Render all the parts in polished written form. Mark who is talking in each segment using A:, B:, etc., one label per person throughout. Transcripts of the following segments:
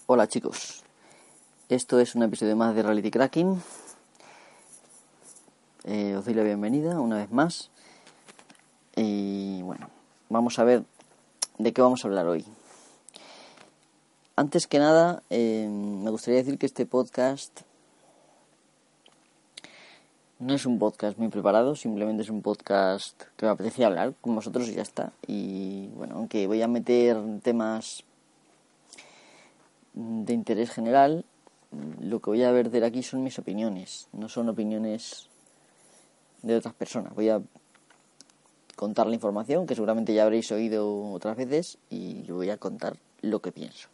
A: Hola chicos, esto es un episodio más de Reality Cracking. Os doy la bienvenida una vez más. Y bueno, vamos a ver de qué vamos a hablar hoy. Antes que nada, me gustaría decir que este podcast no es un podcast muy preparado, simplemente es un podcast que me apetecía hablar con vosotros y ya está. Y bueno, aunque voy a meter temas de interés general, lo que voy a verter aquí son mis opiniones, no son opiniones de otras personas. Voy a contar la información que seguramente ya habréis oído otras veces y voy a contar lo que pienso.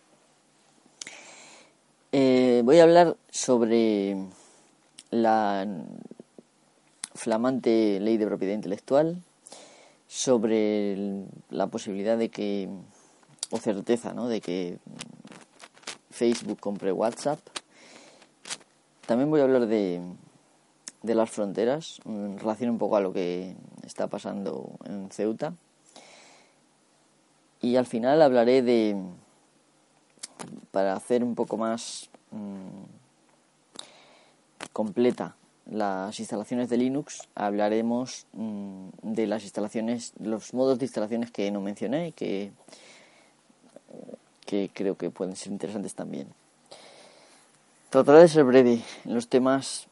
A: Voy a hablar sobre la flamante ley de propiedad intelectual, sobre la posibilidad de que, o certeza, ¿no?, de que Facebook compre WhatsApp. También voy a hablar de las fronteras, en relación un poco a lo que está pasando en Ceuta. Y al final hablaré para hacer un poco más completa las instalaciones de Linux, hablaremos de las instalaciones, los modos de instalaciones que no mencioné y que creo que pueden ser interesantes también. Trataré de ser breve en los temas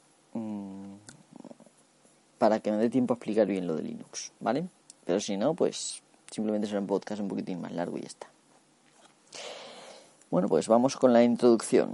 A: para que me dé tiempo a explicar bien lo de Linux, ¿vale? Pero si no, pues simplemente será un podcast un poquitín más largo y ya está. Bueno, pues vamos con la introducción.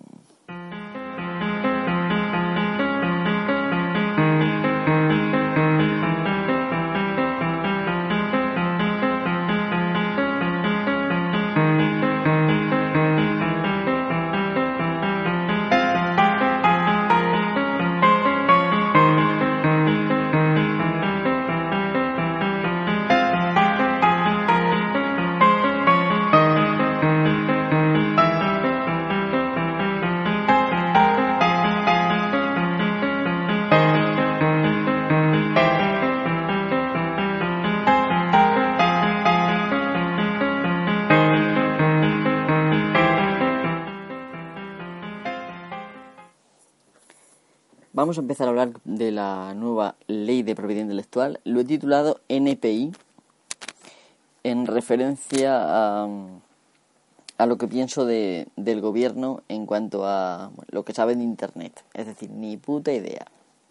A: Vamos a empezar a hablar de la nueva ley de propiedad intelectual. Lo he titulado NPI, en referencia a lo que pienso del gobierno en cuanto a lo que saben de Internet. Es decir, ni puta idea.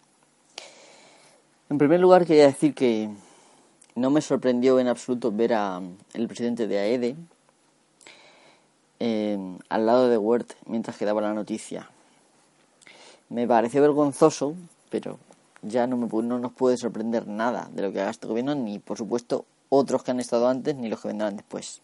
A: En primer lugar, quería decir que no me sorprendió en absoluto ver al presidente de AEDE al lado de Word mientras que daba la noticia. Me pareció vergonzoso, pero ya no nos puede sorprender nada de lo que haga este gobierno, ni por supuesto otros que han estado antes, ni los que vendrán después.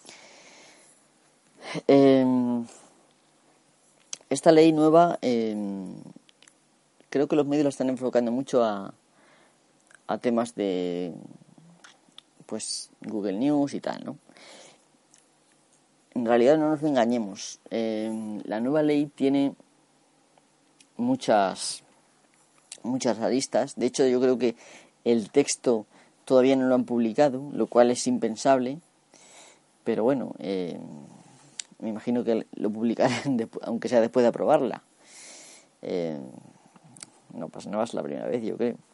A: Esta ley nueva, creo que los medios la están enfocando mucho a temas de pues Google News y tal, ¿no? En realidad no nos engañemos. La nueva ley tiene muchas aristas. De hecho, yo creo que el texto todavía no lo han publicado, lo cual es impensable. Pero bueno, me imagino que lo publicarán aunque sea después de aprobarla. No pasa nada, es la primera vez, yo creo.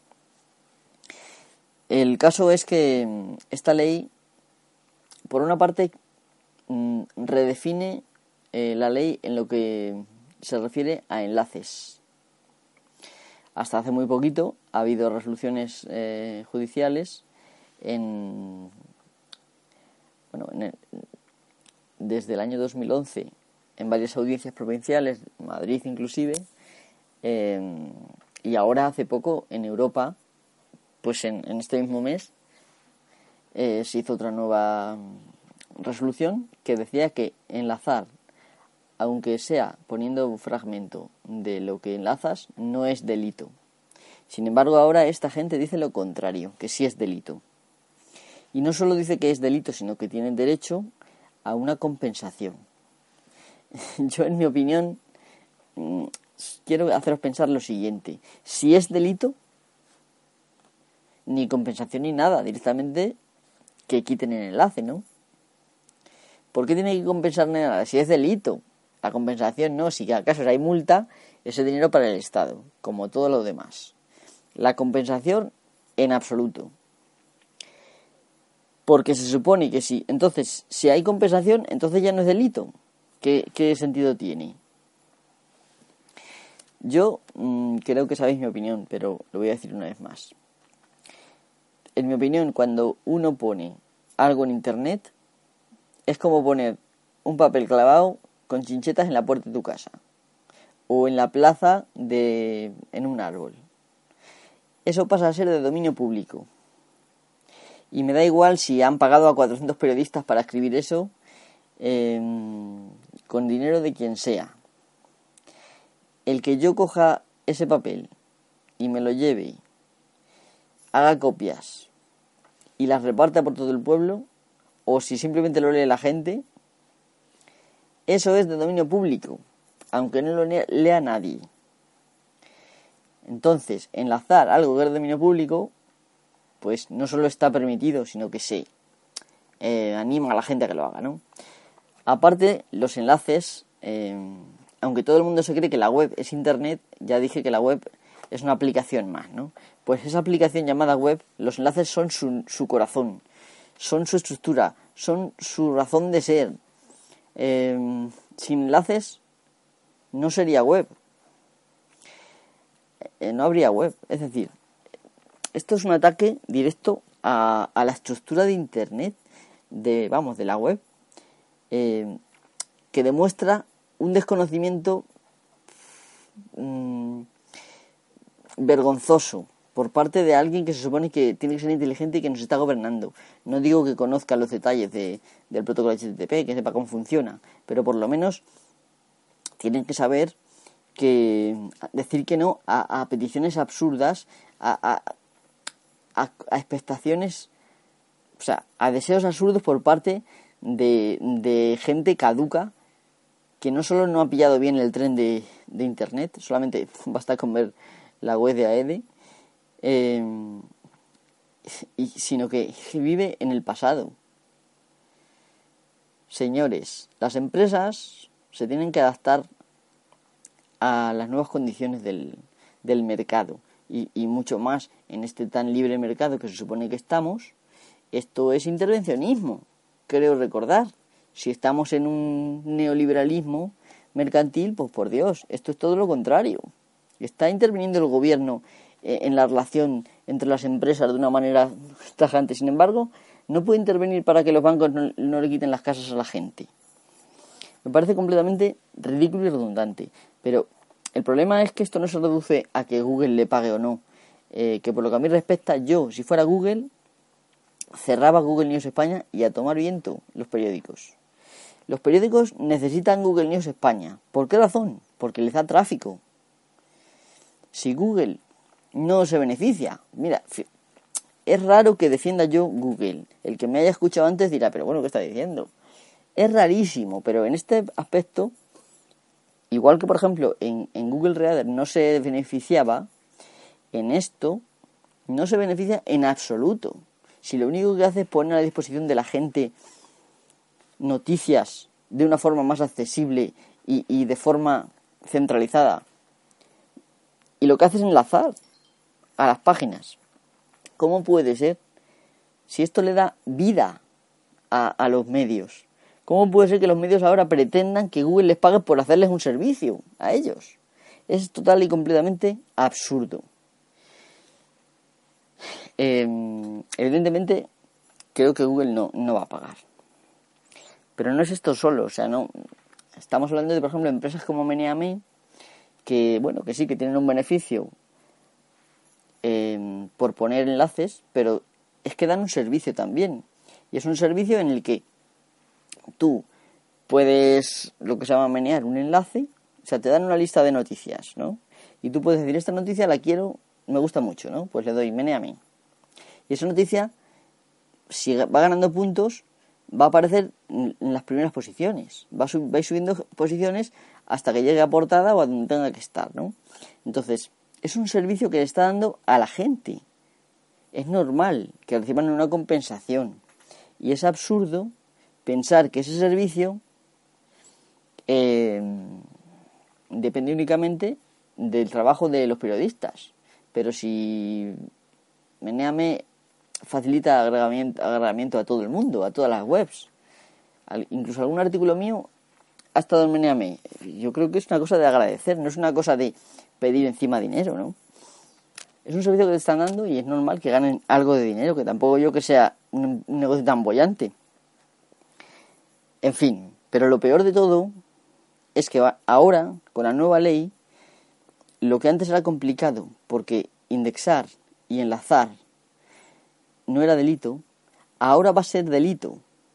A: El caso es que esta ley, por una parte, redefine la ley en lo que se refiere a enlaces. Hasta hace muy poquito ha habido resoluciones judiciales desde el año 2011 en varias audiencias provinciales, Madrid inclusive, y ahora hace poco en Europa, pues en este mismo mes, se hizo otra nueva resolución que decía que enlazar, aunque sea poniendo un fragmento de lo que enlazas, no es delito. Sin embargo, ahora esta gente dice lo contrario, que sí es delito. Y no solo dice que es delito, sino que tienen derecho a una compensación. Yo, en mi opinión, quiero haceros pensar lo siguiente. Si es delito, ni compensación ni nada, directamente que quiten el enlace, ¿no? ¿Por qué tiene que compensar nada? Si es delito. La compensación no, si acaso hay multa, ese dinero para el Estado, como todo lo demás. La compensación en absoluto. Porque se supone que sí. Entonces, si hay compensación, entonces ya no es delito. ¿Qué sentido tiene? Yo creo que sabéis mi opinión, pero lo voy a decir una vez más. En mi opinión, cuando uno pone algo en internet, es como poner un papel clavado con chinchetas en la puerta de tu casa o en la plaza en un árbol. Eso pasa a ser de dominio público. Y me da igual si han pagado a 400 periodistas para escribir eso, con dinero de quien sea. El que yo coja ese papel y me lo lleve, haga copias y las reparta por todo el pueblo, o si simplemente lo lee la gente, eso es de dominio público, aunque no lo lea nadie. Entonces, enlazar algo que es de dominio público, pues no solo está permitido, sino que se anima a la gente a que lo haga, ¿no? Aparte, los enlaces, aunque todo el mundo se cree que la web es internet, ya dije que la web es una aplicación más, ¿no? Pues esa aplicación llamada web, los enlaces son su corazón, son su estructura, son su razón de ser. Sin enlaces no sería web, no habría web. Es decir, esto es un ataque directo a la estructura de internet, de la web, que demuestra un desconocimiento vergonzoso por parte de alguien que se supone que tiene que ser inteligente y que nos está gobernando. No digo que conozca los detalles del protocolo HTTP, que sepa cómo funciona, pero por lo menos tienen que saber que decir que no a peticiones absurdas, a expectaciones, o sea, a deseos absurdos por parte de gente caduca que no solo no ha pillado bien el tren de internet, solamente basta con ver la web de AEDE, sino que vive en el pasado. Señores, las empresas se tienen que adaptar a las nuevas condiciones del mercado y mucho más en este tan libre mercado que se supone que estamos. Esto es intervencionismo, creo recordar. Si estamos en un neoliberalismo mercantil, pues por Dios, esto es todo lo contrario. Está interviniendo el gobierno en la relación entre las empresas de una manera tajante. Sin embargo, no puede intervenir para que los bancos no le quiten las casas a la gente. Me parece completamente ridículo y redundante. Pero el problema es que esto no se reduce a que Google le pague o no. Que por lo que a mí respecta, yo, si fuera Google, cerraba Google News España y a tomar viento los periódicos. Los periódicos necesitan Google News España. ¿Por qué razón? Porque les da tráfico. Si Google no se beneficia, mira, es raro que defienda yo Google. El que me haya escuchado antes dirá, pero bueno, ¿qué está diciendo? Es rarísimo, pero en este aspecto, igual que por ejemplo en Google Reader no se beneficiaba, en esto no se beneficia en absoluto. Si lo único que hace es poner a disposición de la gente noticias de una forma más accesible y de forma centralizada, y lo que hace es enlazar a las páginas. ¿Cómo puede ser? Si esto le da vida a los medios, ¿cómo puede ser que los medios ahora pretendan que Google les pague por hacerles un servicio a ellos? Es total y completamente absurdo. Evidentemente creo que Google no va a pagar, pero no es esto solo. O sea, no estamos hablando de, por ejemplo, empresas como Meneame, que sí que tienen un beneficio por poner enlaces, pero es que dan un servicio también, y es un servicio en el que tú puedes, lo que se llama menear un enlace. O sea, te dan una lista de noticias, ¿no? Y tú puedes decir, esta noticia la quiero, me gusta mucho, ¿no? Pues le doy meneame. Y esa noticia, si va ganando puntos, va a aparecer en las primeras posiciones. Va a ir subiendo posiciones hasta que llegue a portada o a donde tenga que estar, ¿no? Entonces, es un servicio que le está dando a la gente. Es normal que reciban una compensación. Y es absurdo pensar que ese servicio depende únicamente del trabajo de los periodistas. Pero si Meneame facilita agregamiento a todo el mundo, a todas las webs, incluso algún artículo mío ha estado en Meneame. Yo creo que es una cosa de agradecer, no es una cosa de pedir encima dinero, ¿no? Es un servicio que te están dando y es normal que ganen algo de dinero, que tampoco yo que sea un negocio tan bollante. En fin, pero lo peor de todo es que ahora, con la nueva ley, lo que antes era complicado, porque indexar y enlazar no era delito, ahora va a ser delito.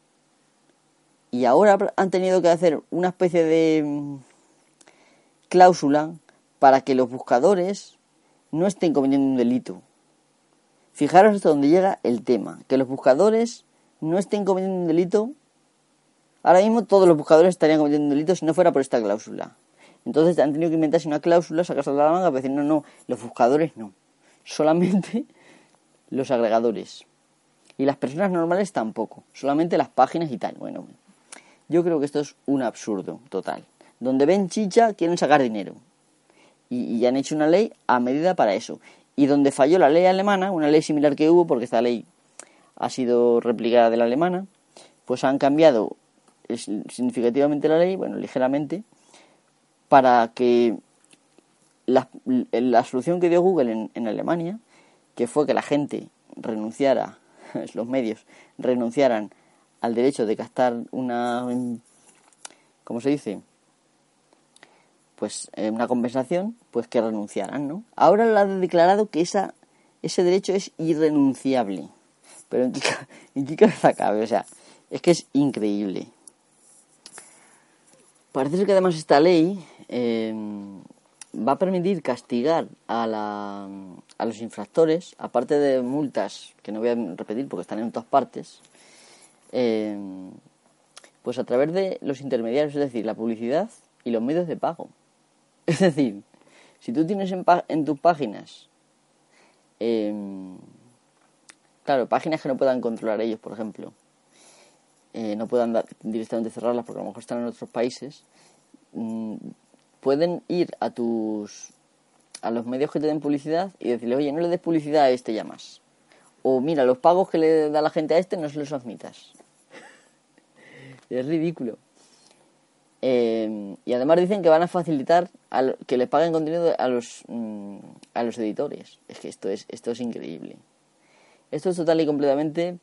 A: Y ahora han tenido que hacer una especie de cláusula para que los buscadores no estén cometiendo un delito. Fijaros hasta dónde llega el tema, que los buscadores no estén cometiendo un delito. Ahora mismo todos los buscadores estarían cometiendo un delito si no fuera por esta cláusula. Entonces han tenido que inventarse una cláusula, sacarse de la manga para decir no, los buscadores no, solamente los agregadores. Y las personas normales tampoco, solamente las páginas y tal. Bueno, yo creo que esto es un absurdo total. Donde ven chicha quieren sacar dinero. Y han hecho una ley a medida para eso. Y donde falló la ley alemana, una ley similar que hubo, porque esta ley ha sido replicada de la alemana, pues han cambiado significativamente la ley, bueno, ligeramente, para que la solución que dio Google en Alemania, que fue que la gente renunciara, los medios renunciaran al derecho de gastar ¿cómo se dice? Pues una compensación, pues que renunciaran, ¿no? Ahora lo ha declarado que ese derecho es irrenunciable. Pero ¿en qué cabeza cabe? O sea, es que es increíble. Parece ser que además esta ley va a permitir castigar a los infractores, aparte de multas, que no voy a repetir porque están en todas partes, pues a través de los intermediarios, es decir, la publicidad y los medios de pago. Es decir, si tú tienes en tus páginas, claro, páginas que no puedan controlar ellos, por ejemplo, no puedan directamente cerrarlas porque a lo mejor están en otros países, pueden ir a los medios que te den publicidad y decirle, oye, no le des publicidad a este ya más. O mira, los pagos que le da la gente a este no se los admitas. Es ridículo. Y además dicen que van a facilitar que les paguen contenido a los editores. Es que esto es increíble. Esto es total y completamente...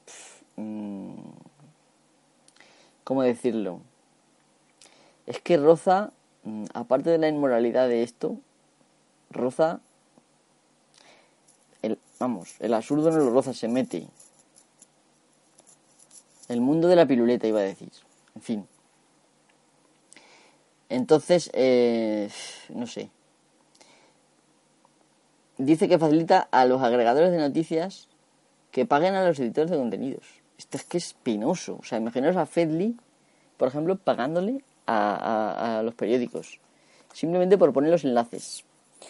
A: ¿cómo decirlo? Es que roza, aparte de la inmoralidad de esto, roza... el absurdo no lo roza, se mete. El mundo de la piruleta, iba a decir. En fin. Entonces, no sé. Dice que facilita a los agregadores de noticias que paguen a los editores de contenidos. Esto es que es penoso. O sea, imaginaos a Fedly, por ejemplo, pagándole a los periódicos. Simplemente por poner los enlaces.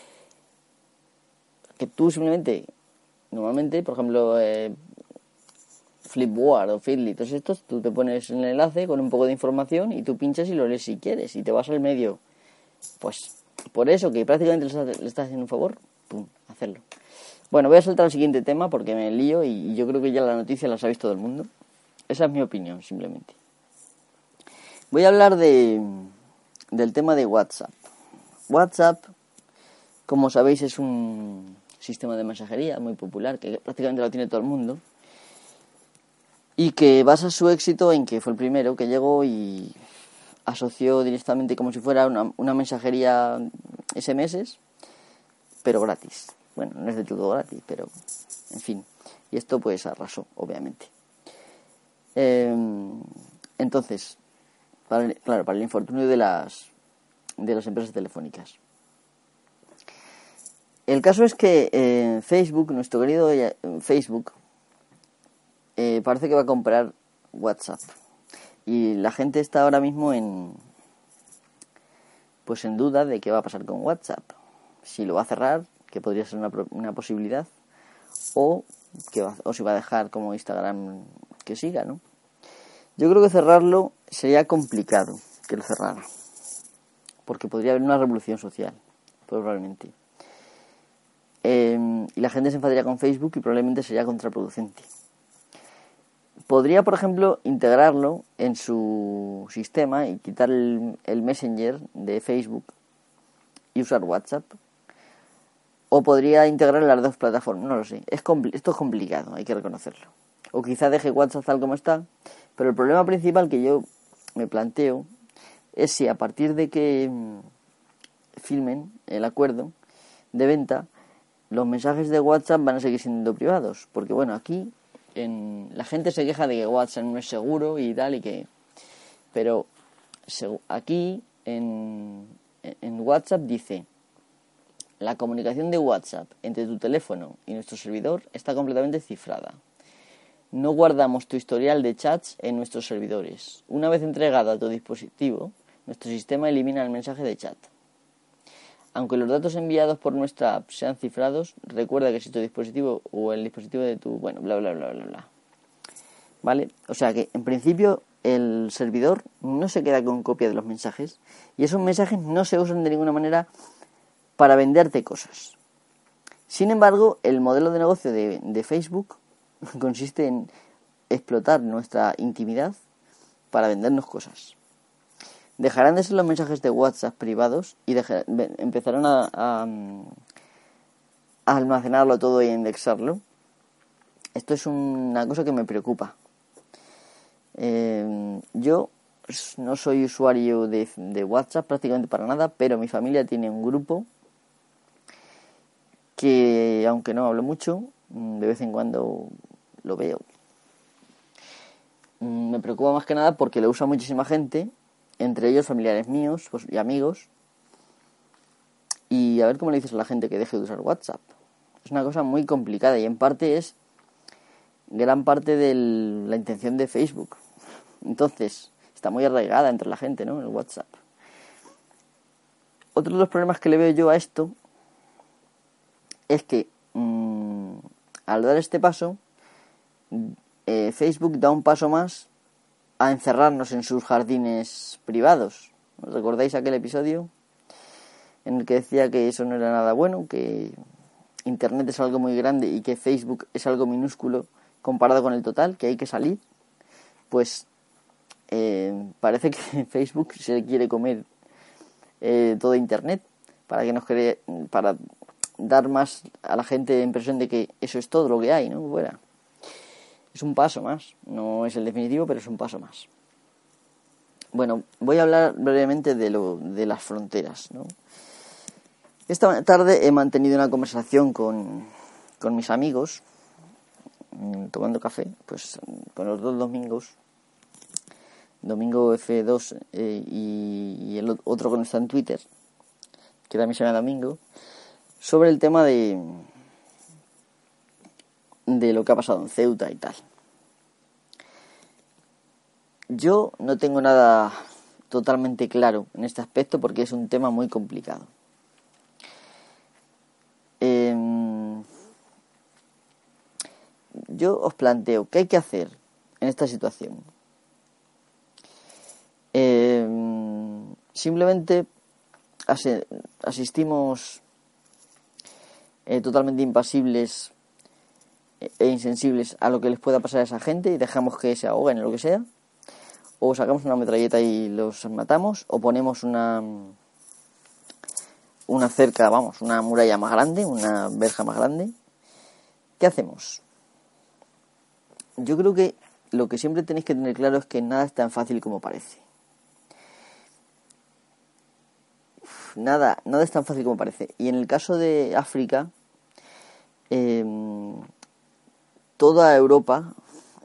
A: Que tú simplemente, normalmente, por ejemplo, Flipboard o Feedly, todos estos, tú te pones en el enlace con un poco de información y tú pinchas y lo lees si quieres y te vas al medio. Pues por eso, que prácticamente le estás haciendo un favor, pum, hacerlo. Bueno, voy a saltar al siguiente tema porque me lío y yo creo que ya la noticia la sabéis todo el mundo. Esa es mi opinión, simplemente. Voy a hablar del tema de WhatsApp. WhatsApp, como sabéis, es un sistema de mensajería muy popular que prácticamente lo tiene todo el mundo. Y que basa su éxito en que fue el primero que llegó y asoció directamente como si fuera una mensajería SMS, pero gratis. Bueno, no es de todo gratis, pero en fin. Y esto pues arrasó, obviamente. Entonces, para el infortunio de las empresas telefónicas. El caso es que Facebook, nuestro querido Facebook, parece que va a comprar WhatsApp. Y la gente está ahora mismo en duda de qué va a pasar con WhatsApp. Si lo va a cerrar, que podría ser una posibilidad, o si va a dejar como Instagram que siga, ¿no? Yo creo que cerrarlo sería complicado que lo cerrara, porque podría haber una revolución social, probablemente. Y la gente se enfadaría con Facebook y probablemente sería contraproducente. Podría, por ejemplo, integrarlo en su sistema y quitar el Messenger de Facebook y usar WhatsApp. O podría integrar las dos plataformas, no lo sé. Esto es complicado, hay que reconocerlo. O quizá deje WhatsApp tal como está. Pero el problema principal que yo me planteo es si a partir de que firmen el acuerdo de venta, los mensajes de WhatsApp van a seguir siendo privados. Porque bueno, aquí la gente se queja de que WhatsApp no es seguro y tal, pero aquí en WhatsApp dice: la comunicación de WhatsApp entre tu teléfono y nuestro servidor está completamente cifrada. No guardamos tu historial de chats en nuestros servidores. Una vez entregado a tu dispositivo, nuestro sistema elimina el mensaje de chat. Aunque los datos enviados por nuestra app sean cifrados, recuerda que si tu dispositivo o el dispositivo de tu... bueno, bla, bla, bla, bla, bla. ¿Vale? O sea que, en principio, el servidor no se queda con copia de los mensajes y esos mensajes no se usan de ninguna manera para venderte cosas. Sin embargo, el modelo de negocio de Facebook consiste en explotar nuestra intimidad para vendernos cosas. Dejarán de ser los mensajes de WhatsApp privados y empezarán a almacenarlo todo y a indexarlo. Esto es una cosa que me preocupa. Yo no soy usuario de WhatsApp prácticamente para nada, pero mi familia tiene un grupo que, aunque no hablo mucho, de vez en cuando lo veo. Me preocupa más que nada porque lo usa muchísima gente, entre ellos familiares míos y amigos. Y a ver cómo le dices a la gente que deje de usar WhatsApp. Es una cosa muy complicada y en parte es gran parte de la intención de Facebook. Entonces, está muy arraigada entre la gente, ¿no? El WhatsApp. Otro de los problemas que le veo yo a esto es que al dar este paso, Facebook da un paso más a encerrarnos en sus jardines privados. ¿Recordáis aquel episodio en el que decía que eso no era nada bueno, que Internet es algo muy grande y que Facebook es algo minúsculo comparado con el total, que hay que salir? Pues parece que Facebook se quiere comer todo Internet para dar más a la gente la impresión de que eso es todo lo que hay, ¿no? Bueno, es un paso más, no es el definitivo, pero es un paso más. Bueno, voy a hablar brevemente de las fronteras, ¿no? Esta tarde he mantenido una conversación con mis amigos, tomando café, pues con los dos Domingos, Domingo F2 y el otro que no está en Twitter, que también se llama Domingo, sobre el tema de lo que ha pasado en Ceuta y tal. Yo no tengo nada totalmente claro en este aspecto porque es un tema muy complicado. Yo os planteo, ¿qué hay que hacer en esta situación? Simplemente asistimos totalmente impasibles e insensibles a lo que les pueda pasar a esa gente y dejamos que se ahoguen en lo que sea, o sacamos una metralleta y los matamos, o ponemos una cerca, una muralla más grande, una verja más grande. ¿Qué hacemos? Yo creo que lo que siempre tenéis que tener claro es que nada es tan fácil como parece. Nada es tan fácil como parece. Y en el caso de África, toda Europa,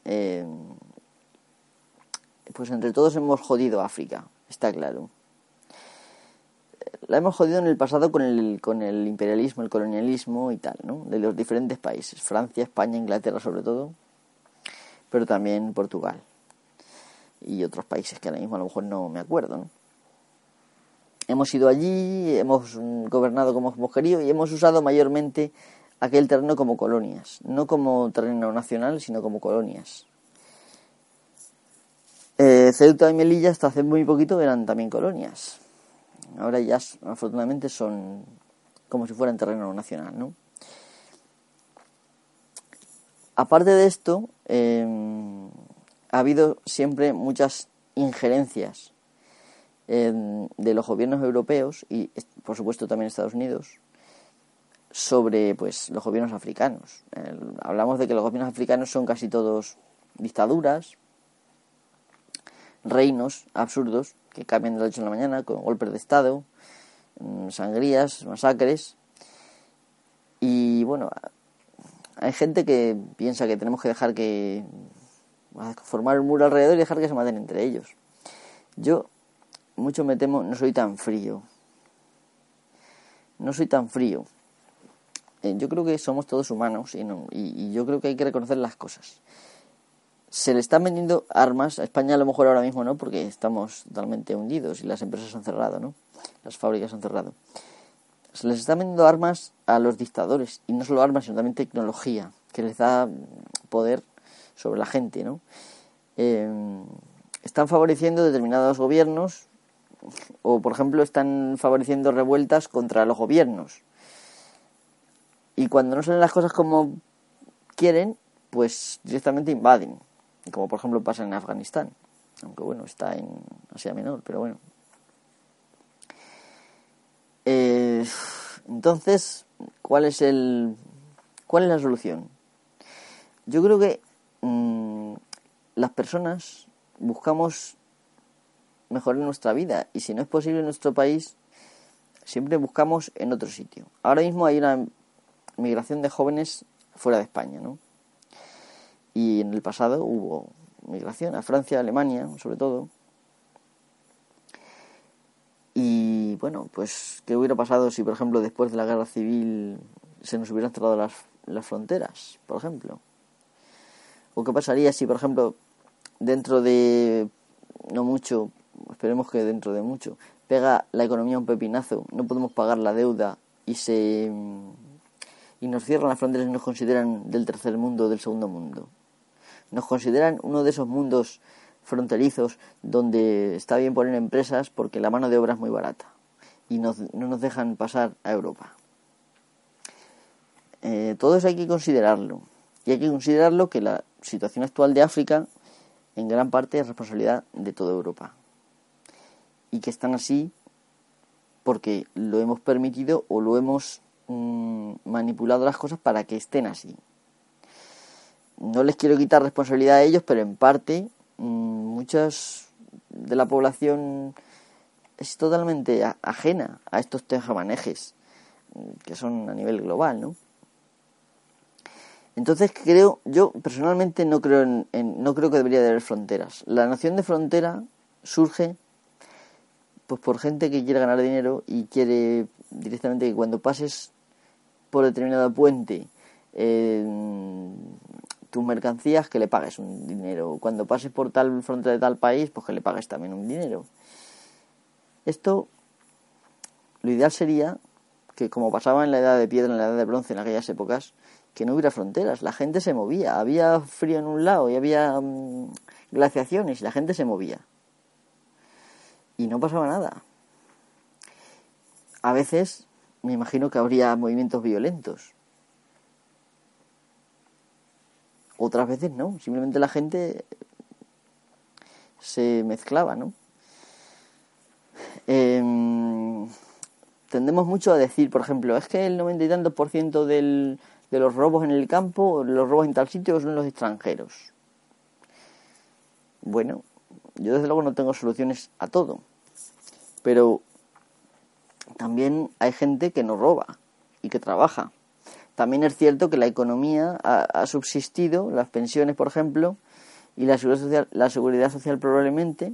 A: pues entre todos hemos jodido a África, está claro. La hemos jodido en el pasado con el imperialismo, el colonialismo y tal, ¿no? De los diferentes países, Francia, España, Inglaterra sobre todo, pero también Portugal y otros países que ahora mismo a lo mejor no me acuerdo, ¿no? Hemos ido allí, hemos gobernado como hemos querido y hemos usado mayormente aquel terreno como colonias, no como terreno nacional, sino como colonias. Ceuta y Melilla hasta hace muy poquito eran también colonias. Ahora ya, afortunadamente, son como si fueran terreno nacional, ¿no? Aparte de esto, ha habido siempre muchas injerencias de los gobiernos europeos y, por supuesto, también Estados Unidos sobre, pues, los gobiernos africanos. Hablamos de que los gobiernos africanos son casi todos dictaduras, reinos absurdos que cambian de la noche a la mañana con golpes de estado, sangrías, masacres. Y bueno, hay gente que piensa que tenemos que dejar que formar un muro alrededor y dejar que se maten entre ellos. Yo mucho me temo, no soy tan frío. Yo creo que somos todos humanos y yo creo que hay que reconocer las cosas. Se le están vendiendo armas a España, a lo mejor ahora mismo no, porque estamos totalmente hundidos y las empresas han cerrado, ¿no? Las fábricas han cerrado. Se les están vendiendo armas a los dictadores, y no solo armas, sino también tecnología, que les da poder sobre la gente, ¿no? Están favoreciendo determinados gobiernos, o por ejemplo están favoreciendo revueltas contra los gobiernos. Y cuando no salen las cosas como quieren, pues directamente invaden. Como por ejemplo pasa en Afganistán. Aunque bueno, está en Asia Menor, pero bueno. Entonces, ¿cuál es la solución? Yo creo que las personas buscamos mejorar nuestra vida. Y si no es posible en nuestro país, siempre buscamos en otro sitio. Ahora mismo hay una migración de jóvenes fuera de España, ¿no? Y en el pasado hubo migración a Francia, Alemania, sobre todo. Y bueno, pues ¿qué hubiera pasado si, por ejemplo, después de la guerra civil se nos hubieran cerrado las fronteras, por ejemplo? ¿O qué pasaría si, por ejemplo, dentro de no mucho, esperemos que dentro de mucho, pega la economía un pepinazo, no podemos pagar la deuda y nos cierran las fronteras y nos consideran del tercer mundo o del segundo mundo? Nos consideran uno de esos mundos fronterizos donde está bien poner empresas porque la mano de obra es muy barata y no nos dejan pasar a Europa. Todo eso hay que considerarlo. Y hay que considerarlo que la situación actual de África en gran parte es responsabilidad de toda Europa. Y que están así porque lo hemos permitido o lo hemos manipulado las cosas para que estén así. No les quiero quitar responsabilidad a ellos, pero en parte muchas de la población es totalmente ajena a estos tejamanejes que son a nivel global, ¿no? Entonces yo personalmente no creo no creo que debería de haber fronteras. La noción de frontera surge pues por gente que quiere ganar dinero y quiere directamente que cuando pases por determinado puente tus mercancías, que le pagues un dinero. Cuando pases por tal frontera de tal país, pues que le pagues también un dinero. Esto, lo ideal sería que, como pasaba en la edad de piedra, en la edad de bronce, en aquellas épocas, que no hubiera fronteras. La gente se movía. Había frío en un lado y había glaciaciones y la gente se movía. Y no pasaba nada. A veces me imagino que habría movimientos violentos. Otras veces no, simplemente la gente se mezclaba, ¿no? Tendemos mucho a decir, por ejemplo, es que el 90 y tantos % de los robos en el campo, los robos en tal sitio son los extranjeros. Bueno, yo desde luego no tengo soluciones a todo, pero también hay gente que no roba y que trabaja. También es cierto que la economía ha subsistido, las pensiones, por ejemplo, y la seguridad social probablemente,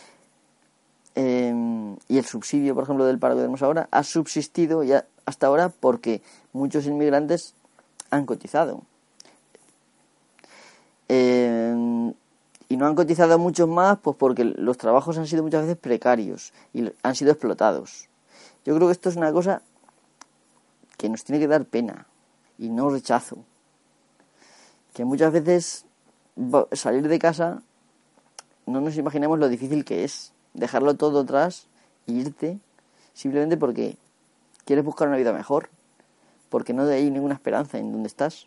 A: y el subsidio, por ejemplo, del paro que tenemos ahora, ha subsistido ya hasta ahora porque muchos inmigrantes han cotizado. Y no han cotizado muchos más pues porque los trabajos han sido muchas veces precarios y han sido explotados. Yo creo que esto es una cosa que nos tiene que dar pena y no rechazo. Que muchas veces salir de casa no nos imaginemos lo difícil que es dejarlo todo atrás e irte simplemente porque quieres buscar una vida mejor, porque no hay ninguna esperanza en donde estás.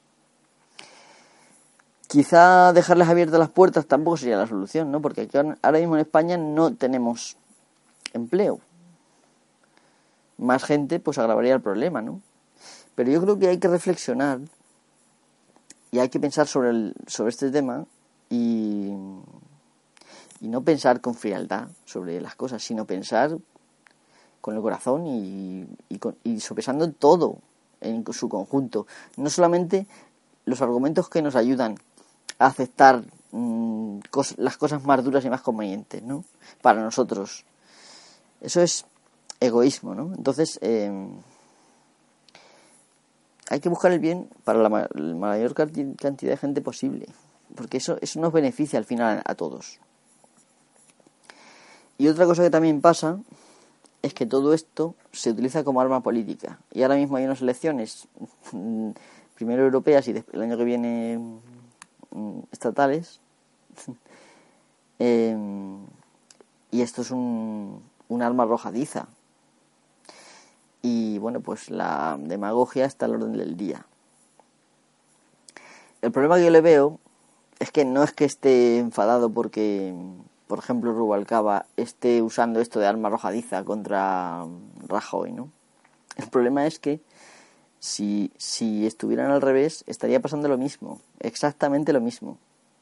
A: Quizá dejarles abiertas las puertas tampoco sería la solución, ¿no? Porque aquí ahora mismo en España no tenemos empleo. Más gente pues agravaría el problema, ¿no? Pero yo creo que hay que reflexionar y hay que pensar sobre este tema y no pensar con frialdad sobre las cosas, sino pensar con el corazón y sopesando todo en su conjunto. No solamente los argumentos que nos ayudan a aceptar las cosas más duras y más convenientes, ¿no? Para nosotros. Eso es egoísmo, ¿no? Entonces, hay que buscar el bien para la mayor cantidad de gente posible, porque eso nos beneficia al final a todos. Y otra cosa que también pasa es que todo esto se utiliza como arma política. Y ahora mismo hay unas elecciones, primero europeas y después, el año que viene estatales. Y esto es un arma arrojadiza. Y bueno, pues la demagogia está al orden del día. El problema que yo le veo es que no es que esté enfadado porque, por ejemplo, Rubalcaba esté usando esto de arma arrojadiza contra Rajoy, ¿no? El problema es que si estuvieran al revés, estaría pasando lo mismo, exactamente lo mismo.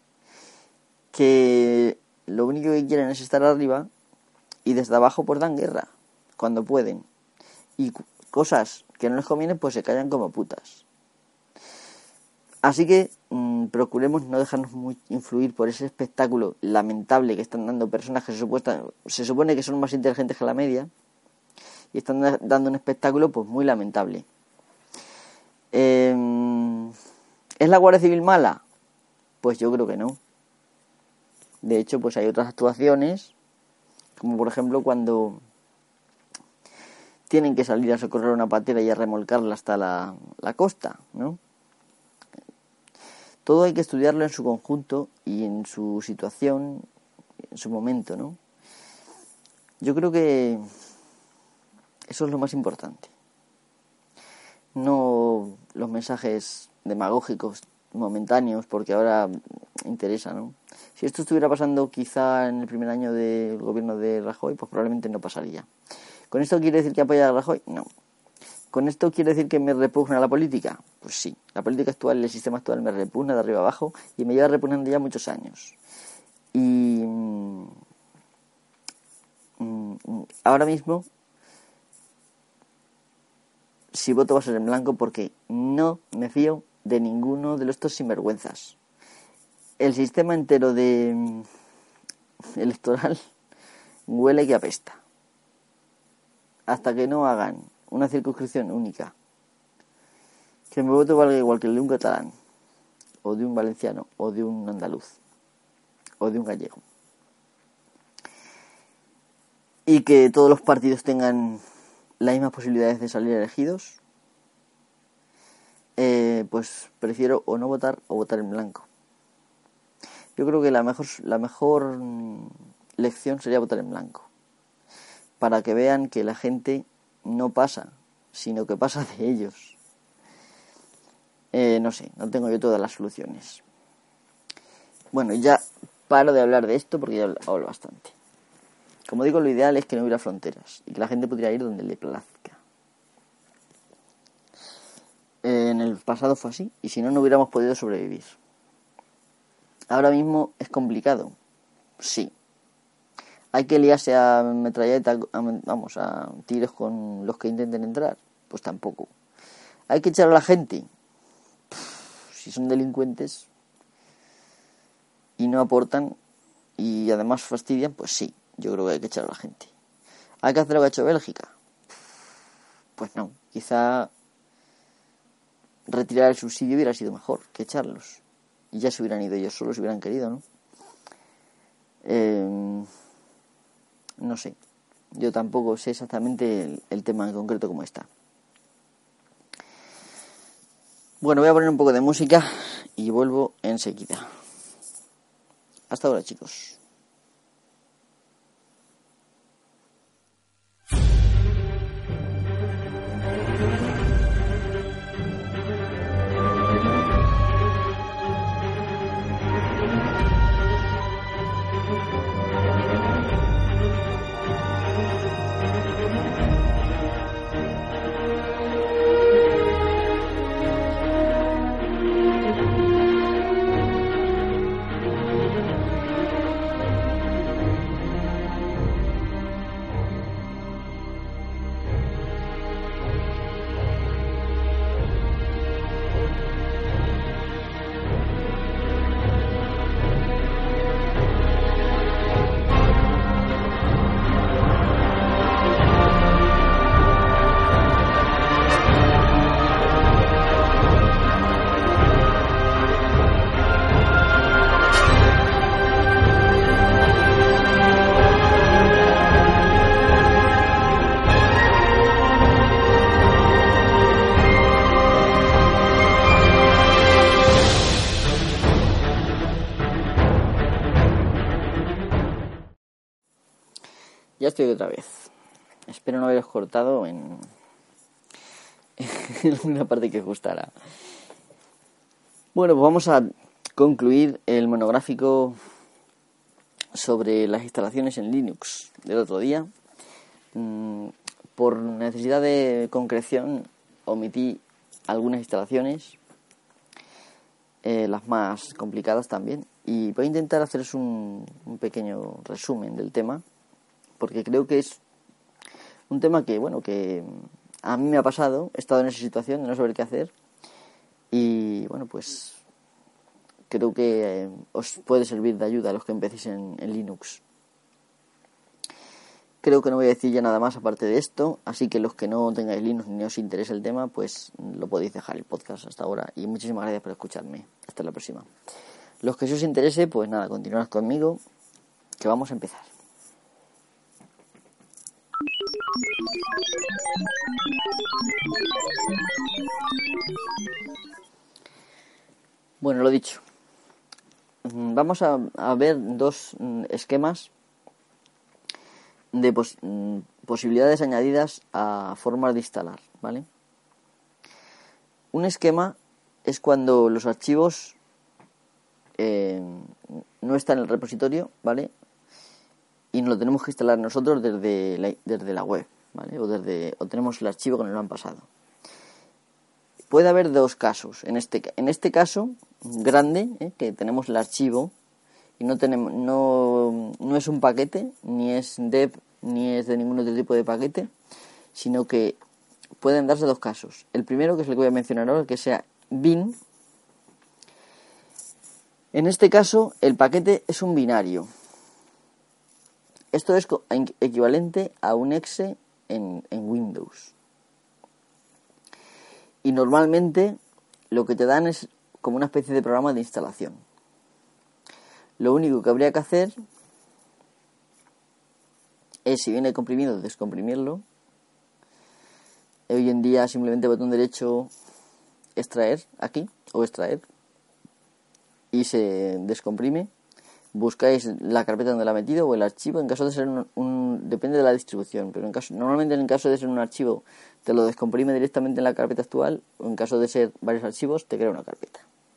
A: Que lo único que quieren es estar arriba y desde abajo pues dan guerra cuando pueden. Y cosas que no les convienen pues se callan como putas. Así que procuremos no dejarnos muy influir por ese espectáculo lamentable que están dando personas que se supone que son más inteligentes que la media y están dando un espectáculo pues muy lamentable. ¿Es la Guardia Civil mala? Pues yo creo que no. De hecho, pues hay otras actuaciones, como por ejemplo cuando tienen que salir a socorrer una patera y a remolcarla hasta la costa, ¿no? Todo hay que estudiarlo en su conjunto y en su situación, en su momento, ¿no? Yo creo que eso es lo más importante. No los mensajes demagógicos momentáneos, porque ahora interesa, ¿no? Si esto estuviera pasando quizá en el primer año del gobierno de Rajoy, pues probablemente no pasaría. ¿Con esto quiere decir que apoya a Rajoy? No. ¿Con esto quiere decir que me repugna la política? Pues sí. La política actual, el sistema actual me repugna de arriba abajo y me lleva repugnando ya muchos años. Y ahora mismo, si voto va a ser en blanco porque no me fío de ninguno de estos sinvergüenzas. El sistema entero electoral huele que apesta. Hasta que no hagan una circunscripción única, que mi voto valga igual que el de un catalán, o de un valenciano, o de un andaluz, o de un gallego, y que todos los partidos tengan las mismas posibilidades de salir elegidos, pues prefiero o no votar o votar en blanco. Yo creo que la mejor lección sería votar en blanco, para que vean que la gente no pasa, sino que pasa de ellos. No sé, no tengo yo todas las soluciones. Bueno, ya paro de hablar de esto porque ya hablo bastante. Como digo, lo ideal es que no hubiera fronteras y que la gente pudiera ir donde le plazca. En el pasado fue así, y si no, no hubiéramos podido sobrevivir. Ahora mismo es complicado, sí. ¿Hay que liarse a metralleta, a tiros con los que intenten entrar? Pues tampoco. ¿Hay que echar a la gente? Si son delincuentes y no aportan y además fastidian, pues sí, yo creo que hay que echar a la gente. ¿Hay que hacer lo que ha hecho Bélgica? Pues no, quizá retirar el subsidio hubiera sido mejor que echarlos. Y ya se hubieran ido ellos solos, si hubieran querido, ¿no? No sé, yo tampoco sé exactamente el tema en concreto cómo está. Bueno, voy a poner un poco de música y vuelvo enseguida. Hasta ahora, chicos. ya estoy otra vez. Espero no haberos cortado en alguna parte que os gustara. Bueno, pues vamos a concluir el monográfico sobre las instalaciones en Linux del otro día. Por necesidad de concreción omití algunas instalaciones, las más complicadas también, y voy a intentar haceros un pequeño resumen del tema, porque creo que es un tema que a mí me ha pasado. He estado en esa situación de no saber qué hacer, y bueno, pues creo que os puede servir de ayuda a los que empecéis en Linux. Creo que no voy a decir ya nada más aparte de esto, así que los que no tengáis Linux ni os interese el tema, pues lo podéis dejar el podcast hasta ahora. Y muchísimas gracias por escucharme. Hasta la próxima. Los que sí os interese, pues nada, continuad conmigo, que vamos a empezar. Bueno, lo dicho. Vamos a ver dos esquemas de posibilidades añadidas a formas de instalar, ¿vale? Un esquema es cuando los archivos no están en el repositorio, ¿vale? Y nos lo tenemos que instalar nosotros desde la web, ¿vale? O tenemos el archivo que nos lo han pasado. Puede haber dos casos. En este caso grande, que tenemos el archivo y no es un paquete, ni es dev, ni es de ningún otro tipo de paquete, sino que pueden darse dos casos. El primero, que es el que voy a mencionar ahora, que sea bin. En este caso, el paquete es un binario. Esto es equivalente a un exe en Windows. Y normalmente lo que te dan es como una especie de programa de instalación. Lo único que habría que hacer es, si viene comprimido, descomprimirlo. Hoy en día simplemente botón derecho, extraer aquí, o extraer, y se descomprime. Buscáis la carpeta donde la ha metido o el archivo, en caso de ser depende de la distribución, pero normalmente en caso de ser un archivo te lo descomprime directamente en la carpeta actual, o en caso de ser varios archivos te crea una carpeta.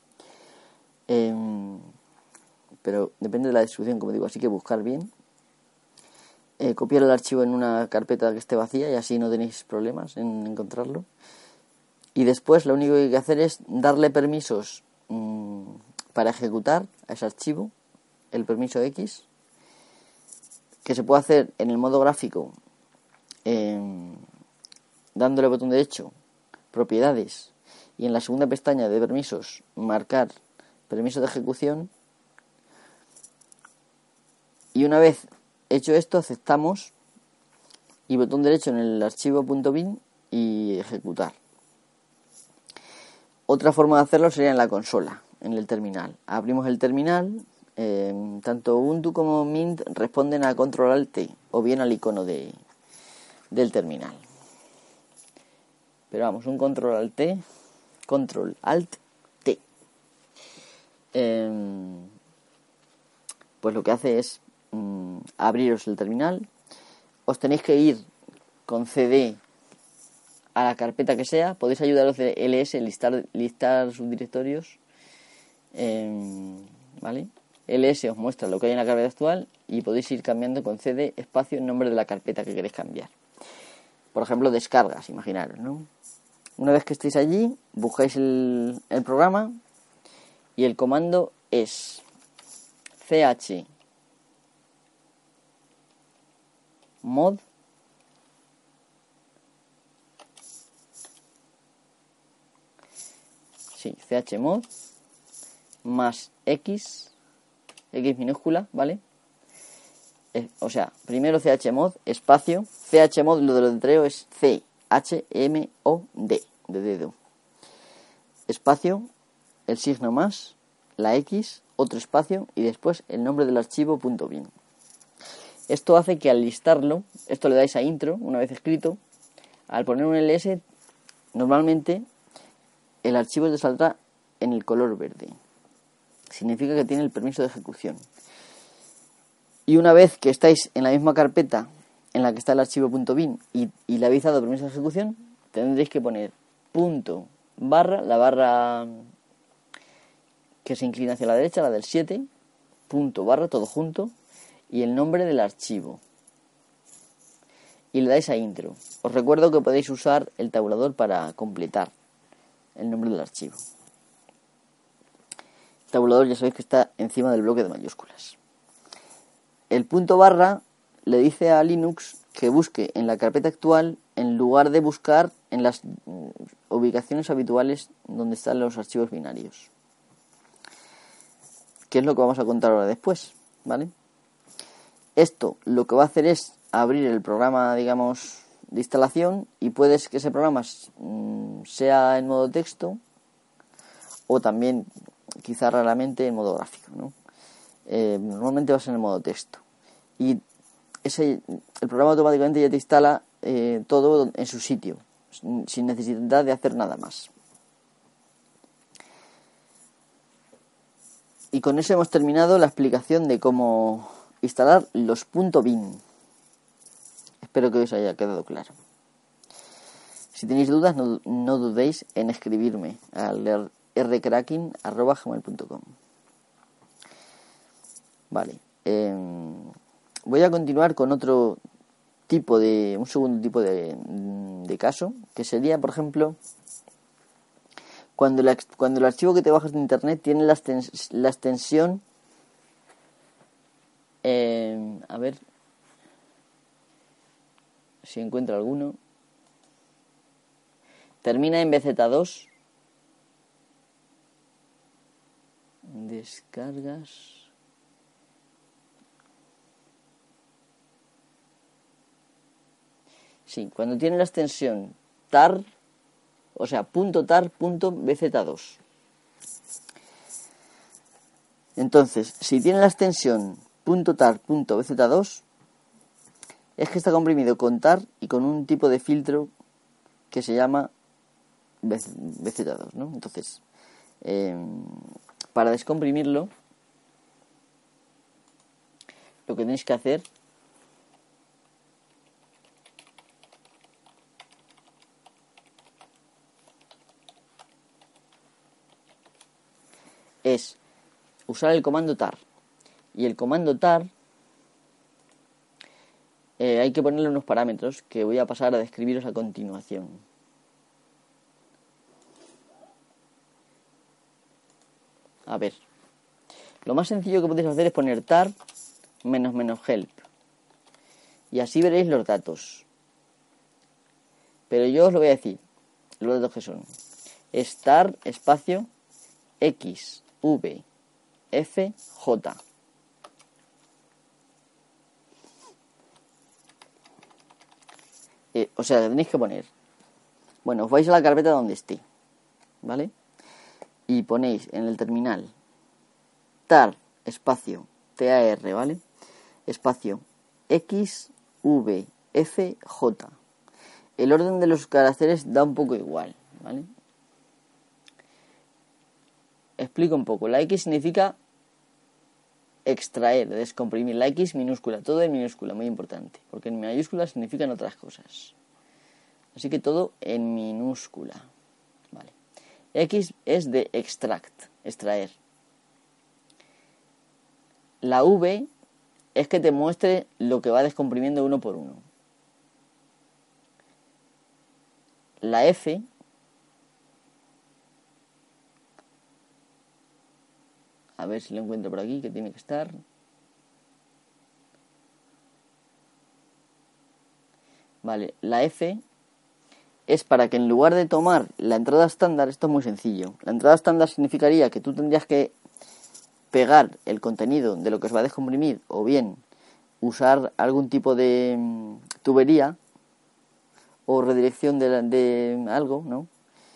A: Pero depende de la distribución, como digo, así que buscar bien. Copiar el archivo en una carpeta que esté vacía y así no tenéis problemas en encontrarlo. Y después lo único que hay que hacer es darle permisos para ejecutar a ese archivo, el permiso X, que se puede hacer en el modo gráfico dándole botón derecho, propiedades, y en la segunda pestaña de permisos marcar permiso de ejecución. Y una vez hecho esto, aceptamos y botón derecho en el archivo .bin y ejecutar. Otra forma de hacerlo sería en la consola, en el terminal. Abrimos el terminal, tanto Ubuntu como Mint responden a Control-Alt-T o bien al icono del terminal. Pero vamos, un Control-Alt-T, Control-Alt-T. Pues lo que hace es abriros el terminal. Os tenéis que ir con CD a la carpeta que sea. Podéis ayudaros de ls, listar subdirectorios, ¿vale? ls os muestra lo que hay en la carpeta actual y podéis ir cambiando con CD espacio el nombre de la carpeta que queréis cambiar. Por ejemplo, descargas, imaginaros, ¿no? Una vez que estéis allí, buscáis el programa y el comando es chmod chmod más x minúscula, ¿vale? O sea, primero chmod, espacio, chmod, lo de lo letreo es chmod, de dedo, espacio, el signo más, la x, otro espacio y después el nombre del archivo .bin. Esto hace que al listarlo, esto le dais a intro una vez escrito, al poner un ls, normalmente el archivo te saldrá en el color verde. Significa que tiene el permiso de ejecución. Y una vez que estáis en la misma carpeta en la que está el archivo .bin y le habéis dado permiso de ejecución, tendréis que poner punto barra, la barra que se inclina hacia la derecha, la del 7, punto barra, todo junto, y el nombre del archivo. Y le dais a intro. Os recuerdo que podéis usar el tabulador para completar el nombre del archivo. El tabulador ya sabéis que está encima del bloque de mayúsculas. El punto barra le dice a Linux que busque en la carpeta actual en lugar de buscar en las ubicaciones habituales donde están los archivos binarios. Que es lo que vamos a contar ahora después, ¿vale? Esto lo que va a hacer es abrir el programa, digamos, de instalación, y puedes que ese programa sea en modo texto o también, quizá raramente, en modo gráfico, ¿no? Normalmente va a ser en modo texto. Y el programa automáticamente ya te instala todo en su sitio, sin necesidad de hacer nada más. Y con eso hemos terminado la explicación de cómo instalar los .bin. Espero que os haya quedado claro. Si tenéis dudas, no dudéis en escribirme al rcracking@gmail.com. Vale. Voy a continuar con un segundo tipo de caso, que sería, por ejemplo, cuando el archivo que te bajas de internet tiene la extensión, a ver si encuentro alguno, termina en BZ2, descargas, sí, cuando tiene la extensión tar, o sea, .tar.bz2. Entonces, si tiene la extensión .tar.bz2, es que está comprimido con tar y con un tipo de filtro que se llama BZ2, ¿no? Entonces, para descomprimirlo, lo que tenéis que hacer es usar el comando tar. Y el comando tar hay que ponerle unos parámetros que voy a pasar a describiros a continuación. A ver, lo más sencillo que podéis hacer es poner tar --help. Y así veréis los datos. Pero yo os lo voy a decir, los datos que son. Es tar espacio x, v, f, j. O sea, tenéis que poner, bueno, os vais a la carpeta donde esté, ¿vale? Y ponéis en el terminal tar espacio tar, ¿vale? Espacio x, v, f, j. El orden de los caracteres da un poco igual, ¿vale? Explico un poco. La X significa extraer, descomprimir. La X minúscula, todo en minúscula, muy importante, porque en mayúscula significan otras cosas. Así que todo en minúscula, ¿vale? X es de extract, extraer. La V es que te muestre lo que va descomprimiendo uno por uno. La F a ver si lo encuentro por aquí, que tiene que estar. Vale, la F es para que en lugar de tomar la entrada estándar, esto es muy sencillo. La entrada estándar significaría que tú tendrías que pegar el contenido de lo que se va a descomprimir, o bien usar algún tipo de tubería o redirección de algo, ¿no?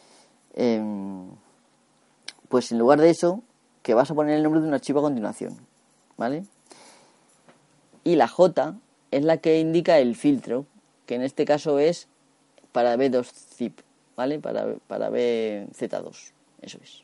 A: Pues en lugar de eso, que vas a poner el nombre de un archivo a continuación, ¿vale? Y la J es la que indica el filtro, que en este caso es para B2zip, ¿vale? Para BZ2, eso es.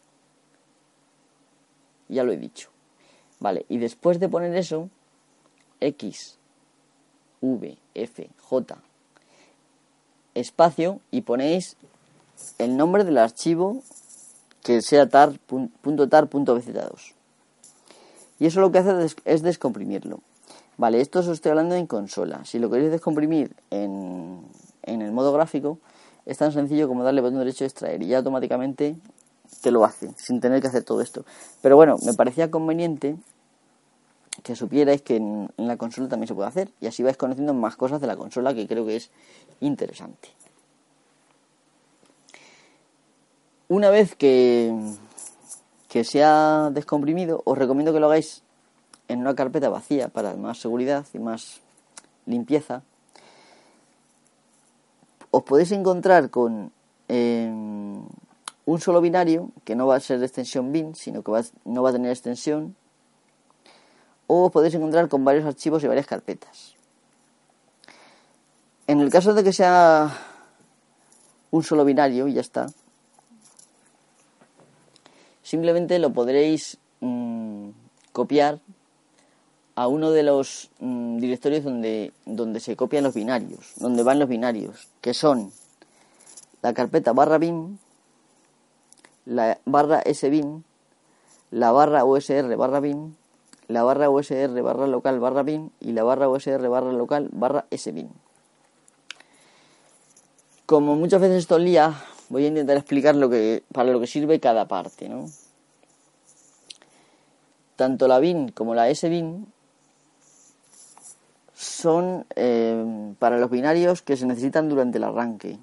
A: Ya lo he dicho. Vale, y después de poner eso, X, V, F, J, espacio, y ponéis el nombre del archivo que sea tar.bz2. Y eso lo que hace es descomprimirlo. Vale, esto os estoy hablando en consola. Si lo queréis descomprimir en el modo gráfico, es tan sencillo como darle botón derecho de extraer y ya automáticamente te lo hace, sin tener que hacer todo esto. Pero bueno, me parecía conveniente que supierais que en la consola también se puede hacer, y así vais conociendo más cosas de la consola, que creo que es interesante. Una vez que se ha descomprimido, os recomiendo que lo hagáis en una carpeta vacía para más seguridad y más limpieza. Os podéis encontrar con un solo binario, que no va a ser de extensión bin, sino que no va a tener extensión, o os podéis encontrar con varios archivos y varias carpetas. En el caso de que sea un solo binario y ya está, simplemente lo podréis copiar a uno de los directorios donde se copian los binarios, donde van los binarios, que son la carpeta /bin, la /sbin, la /usr /bin, la /usr /local /bin y la /usr /local /sbin. Como muchas veces esto lía, voy a intentar explicar para lo que sirve cada parte, ¿no? Tanto la bin como la sbin son para los binarios que se necesitan durante el arranque.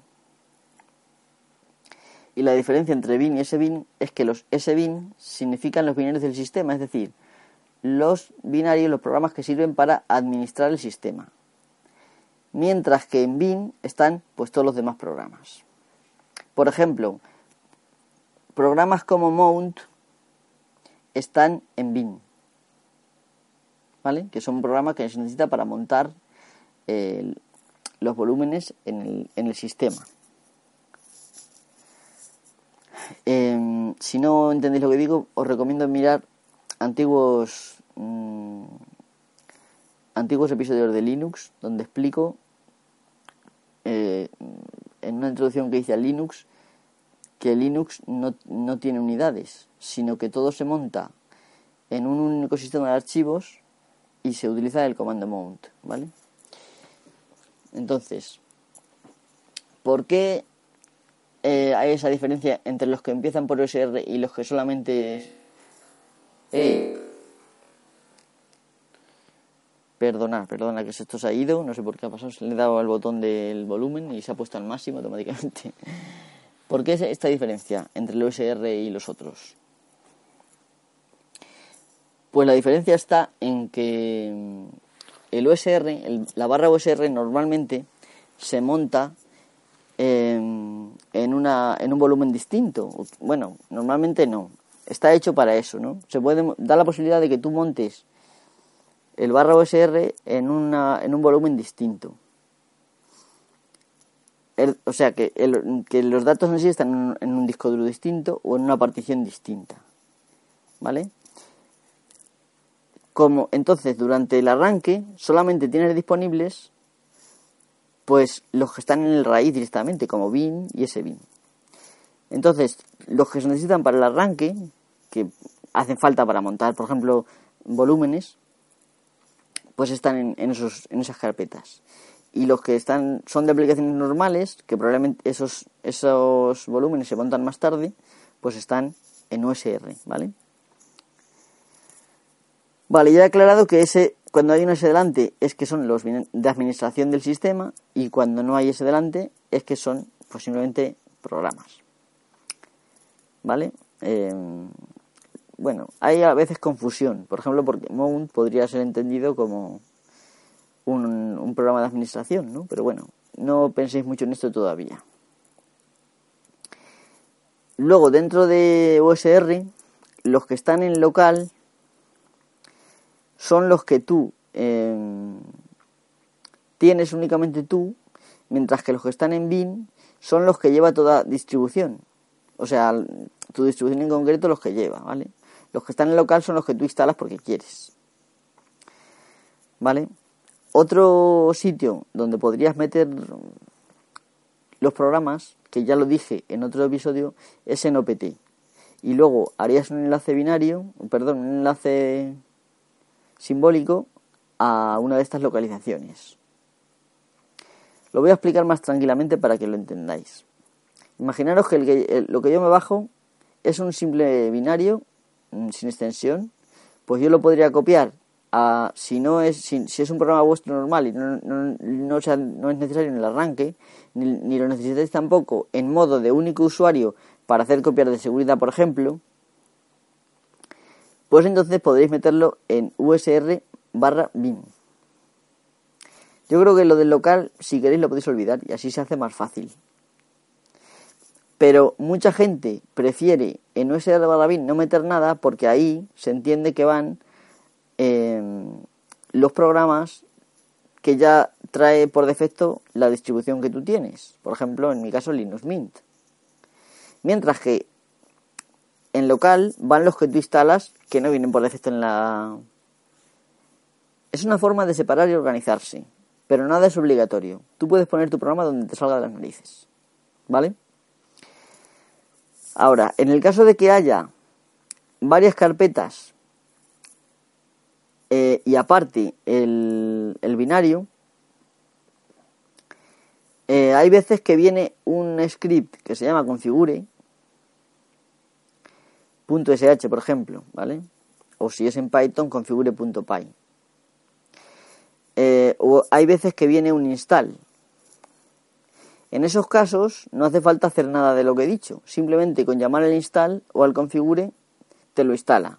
A: Y la diferencia entre bin y sbin es que los sbin significan los binarios del sistema, es decir, los binarios, los programas que sirven para administrar el sistema. Mientras que en bin están pues todos los demás programas. Por ejemplo, programas como mount están en bin, ¿vale? Que son programas que se necesita para montar los volúmenes en el sistema. Si no entendéis lo que digo, os recomiendo mirar antiguos episodios de Linux, donde explico en una introducción que hice a Linux, que Linux no tiene unidades, sino que todo se monta en un único sistema de archivos y se utiliza el comando mount, ¿vale? Entonces, ¿por qué hay esa diferencia entre los que empiezan por USR y los que solamente... Perdona, que esto se ha ido, no sé por qué ha pasado, le he dado al botón del volumen y se ha puesto al máximo automáticamente. ¿Por qué esta diferencia entre el USR y los otros? Pues la diferencia está en que el USR, la barra USR normalmente se monta en un volumen distinto. Bueno, normalmente no. Está hecho para eso, ¿no? Se puede dar la posibilidad de que tú montes el barra USR en un volumen distinto. O sea, que los datos en sí están en un disco duro distinto o en una partición distinta, ¿vale? Como entonces durante el arranque solamente tienes disponibles pues los que están en el raíz directamente, como bin y sbin. Entonces, los que se necesitan para el arranque, que hacen falta para montar, por ejemplo, volúmenes, pues están en esas carpetas. Y los que son de aplicaciones normales, que probablemente esos volúmenes se montan más tarde, pues están en USR, ¿vale? Vale, ya he aclarado que cuando hay un S delante es que son los de administración del sistema, y cuando no hay S delante es que son pues simplemente programas, ¿vale? Bueno, hay a veces confusión, por ejemplo, porque mount podría ser entendido como un programa de administración, ¿no? Pero bueno, no penséis mucho en esto todavía. Luego, dentro de USR, los que están en local son los que tú tienes únicamente tú, mientras que los que están en bin son los que lleva toda distribución. O sea, tu distribución en concreto los que lleva, ¿vale? Los que están en local son los que tú instalas porque quieres. ¿vale? Otro sitio donde podrías meter los programas, que ya lo dije en otro episodio, es en OPT. Y luego harías un enlace un enlace simbólico a una de estas localizaciones. Lo voy a explicar más tranquilamente para que lo entendáis. Imaginaros que lo que yo me bajo es un simple binario sin extensión, pues yo lo podría copiar si es un programa vuestro normal y no es necesario en el arranque, ni lo necesitáis tampoco en modo de único usuario para hacer copias de seguridad, por ejemplo, pues entonces podréis meterlo en usr/bin. Yo creo que lo del local, si queréis, lo podéis olvidar y así se hace más fácil. Pero mucha gente prefiere en usr/bin no meter nada porque ahí se entiende que van los programas que ya trae por defecto la distribución que tú tienes. Por ejemplo, en mi caso, Linux Mint. Mientras que en local van los que tú instalas que no vienen por defecto en la... Es una forma de separar y organizarse, pero nada es obligatorio. Tú puedes poner tu programa donde te salga de las narices, ¿vale? Ahora, en el caso de que haya varias carpetas y aparte el binario, hay veces que viene un script que se llama configure.sh, por ejemplo, ¿vale? O si es en Python, configure.py. O hay veces que viene un install. En esos casos no hace falta hacer nada de lo que he dicho. Simplemente con llamar al install o al configure te lo instala.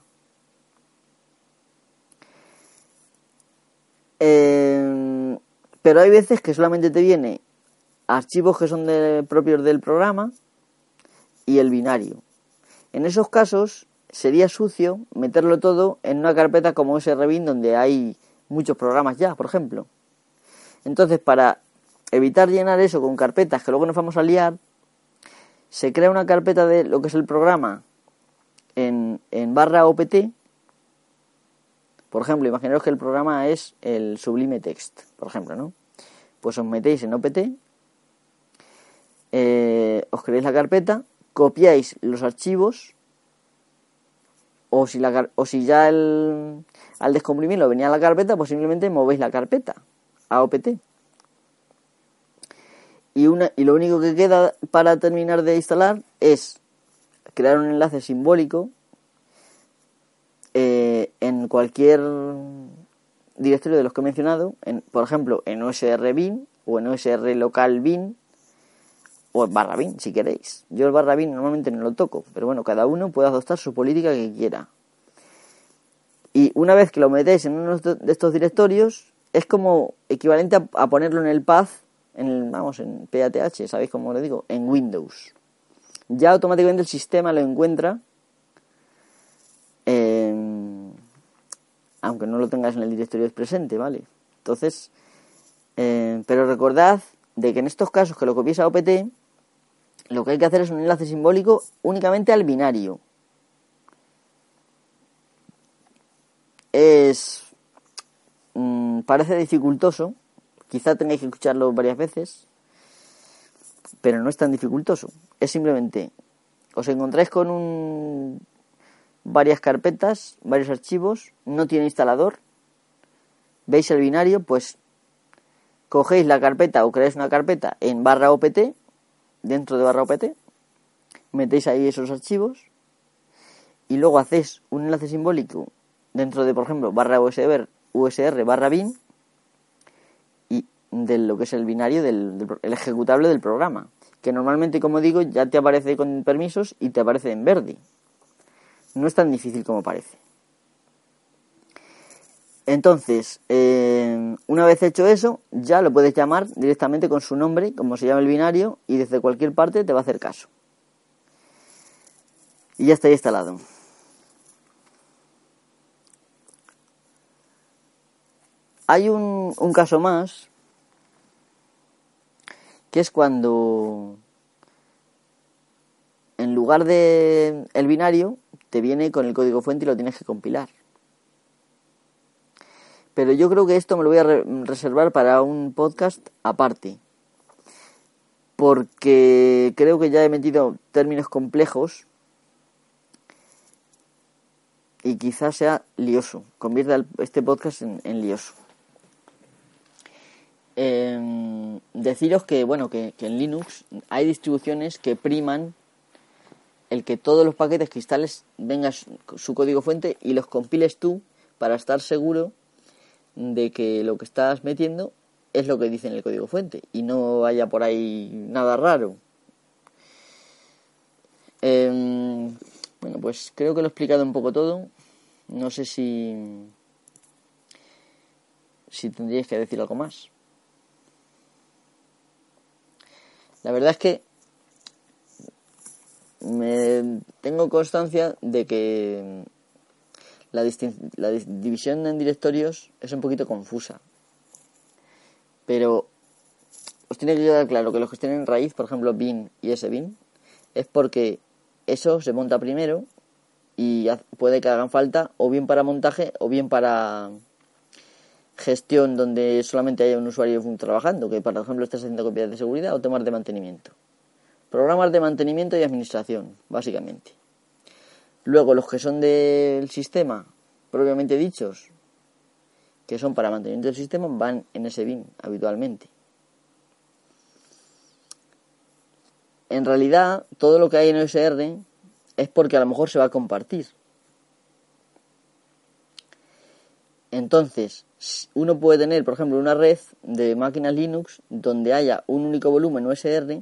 A: Pero hay veces que solamente te viene archivos que son propios del programa y el binario. En esos casos sería sucio meterlo todo en una carpeta como usr/bin donde hay muchos programas ya, por ejemplo. Entonces, para evitar llenar eso con carpetas que luego nos vamos a liar, se crea una carpeta de lo que es el programa en /opt. Por ejemplo, imaginaos que el programa es el Sublime Text, por ejemplo, ¿no? Pues os metéis en opt, os creáis la carpeta, copiáis los archivos, o si ya al descomprimirlo venía la carpeta, pues simplemente movéis la carpeta a opt. Y lo único que queda para terminar de instalar es crear un enlace simbólico en cualquier directorio de los que he mencionado, por ejemplo, en usr/bin o en usr/local/bin o en /bin, si queréis. Yo el /bin normalmente no lo toco, pero bueno, cada uno puede adoptar su política que quiera. Y una vez que lo metéis en uno de estos directorios, es como equivalente a ponerlo en el path, en PATH, ¿sabéis cómo lo digo? En Windows. Ya automáticamente el sistema lo encuentra, aunque no lo tengas en el directorio presente, ¿vale? Entonces, pero recordad de que en estos casos que lo copiéis a opt, lo que hay que hacer es un enlace simbólico únicamente al binario. Parece dificultoso, quizá tengáis que escucharlo varias veces, pero no es tan dificultoso. Es simplemente, os encontráis con varias carpetas, varios archivos, no tiene instalador, veis el binario, pues cogéis la carpeta o creáis una carpeta en /opt, dentro de /opt, metéis ahí esos archivos y luego hacéis un enlace simbólico dentro de, por ejemplo, /usr/bin y de lo que es el binario el ejecutable del programa, que normalmente, como digo, ya te aparece con permisos y te aparece en verde. No es tan difícil como parece. Entonces, una vez hecho eso, ya lo puedes llamar directamente con su nombre, como se llama el binario, y desde cualquier parte te va a hacer caso. Y ya está instalado. Hay un caso más, que es cuando en lugar de el binario te viene con el código fuente y lo tienes que compilar. Pero yo creo que esto me lo voy a reservar para un podcast aparte. Porque creo que ya he metido términos complejos y quizás sea lioso. Convierta este podcast en lioso. Deciros que, bueno, que en Linux hay distribuciones que priman el que todos los paquetes que instales venga su código fuente y los compiles tú para estar seguro de que lo que estás metiendo es lo que dice en el código fuente y no haya por ahí nada raro. Bueno, pues creo que lo he explicado un poco todo. No sé si tendríais que decir algo más. La verdad es que tengo constancia de que la división en directorios es un poquito confusa. Pero os tiene que quedar claro que los que estén en raíz, por ejemplo bin y sbin, es porque eso se monta primero y puede que hagan falta o bien para montaje o bien para gestión donde solamente haya un usuario trabajando, que por ejemplo estés haciendo copias de seguridad o temas de mantenimiento. Programas de mantenimiento y administración, básicamente. Luego los que son del sistema, propiamente dichos, que son para mantenimiento del sistema, van en sbin habitualmente. En realidad, todo lo que hay en OSR es porque a lo mejor se va a compartir. Entonces, uno puede tener, por ejemplo, una red de máquinas Linux donde haya un único volumen OSR